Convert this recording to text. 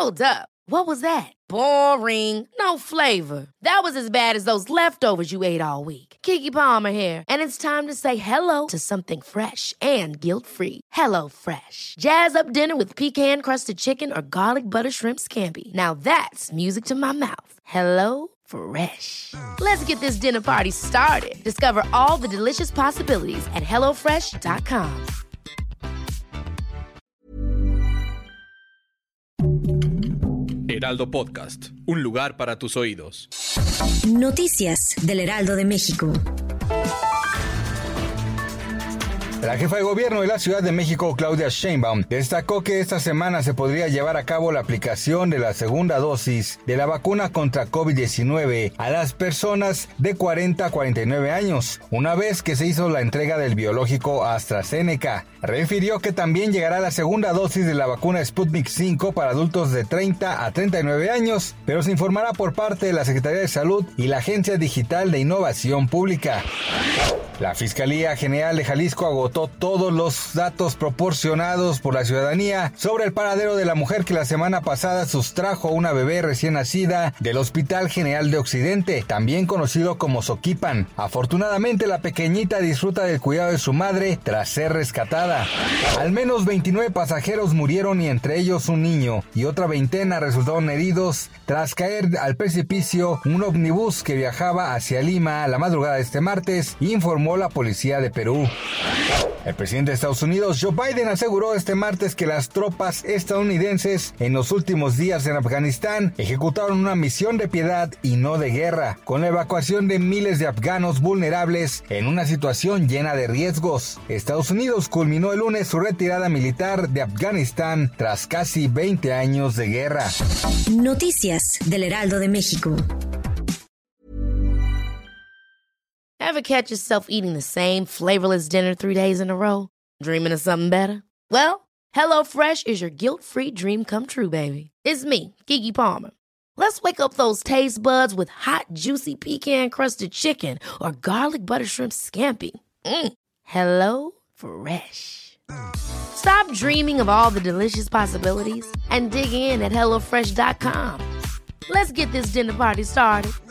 Hold up. What was that? Boring. No flavor. That was as bad as those leftovers you ate all week. Keke Palmer here. And it's time to say hello to something fresh and guilt-free. Hello Fresh. Jazz up dinner with pecan-crusted chicken or garlic butter shrimp scampi. Now that's music to my mouth. Hello Fresh. Let's get this dinner party started. Discover all the delicious possibilities at hellofresh.com. Heraldo Podcast, un lugar para tus oídos. Noticias del Heraldo de México. La jefa de gobierno de la Ciudad de México, Claudia Sheinbaum, destacó que esta semana se podría llevar a cabo la aplicación de la segunda dosis de la vacuna contra COVID-19 a las personas de 40 a 49 años, una vez que se hizo la entrega del biológico AstraZeneca. Refirió que también llegará la segunda dosis de la vacuna Sputnik V para adultos de 30 a 39 años, pero se informará por parte de la Secretaría de Salud y la Agencia Digital de Innovación Pública. La Fiscalía General de Jalisco agotó todos los datos proporcionados por la ciudadanía sobre el paradero de la mujer que la semana pasada sustrajo a una bebé recién nacida del Hospital General de Occidente, también conocido como Soquipan. Afortunadamente, la pequeñita disfruta del cuidado de su madre tras ser rescatada. Al menos 29 pasajeros murieron y entre ellos un niño, y otra veintena resultaron heridos tras caer al precipicio un ómnibus que viajaba hacia Lima a la madrugada de este martes, informó la policía de Perú. El presidente de Estados Unidos, Joe Biden, aseguró este martes que las tropas estadounidenses en los últimos días en Afganistán ejecutaron una misión de piedad y no de guerra, con la evacuación de miles de afganos vulnerables en una situación llena de riesgos. Estados Unidos culminó el lunes su retirada militar de Afganistán tras casi 20 años de guerra. Noticias del Heraldo de México. Ever catch yourself eating the same flavorless dinner 3 days in a row? Dreaming of something better? Well, HelloFresh is your guilt-free dream come true, baby. It's me, Keke Palmer. Let's wake up those taste buds with hot, juicy pecan-crusted chicken or garlic butter shrimp scampi. Hello Fresh. Stop dreaming of all the delicious possibilities and dig in at HelloFresh.com. Let's get this dinner party started.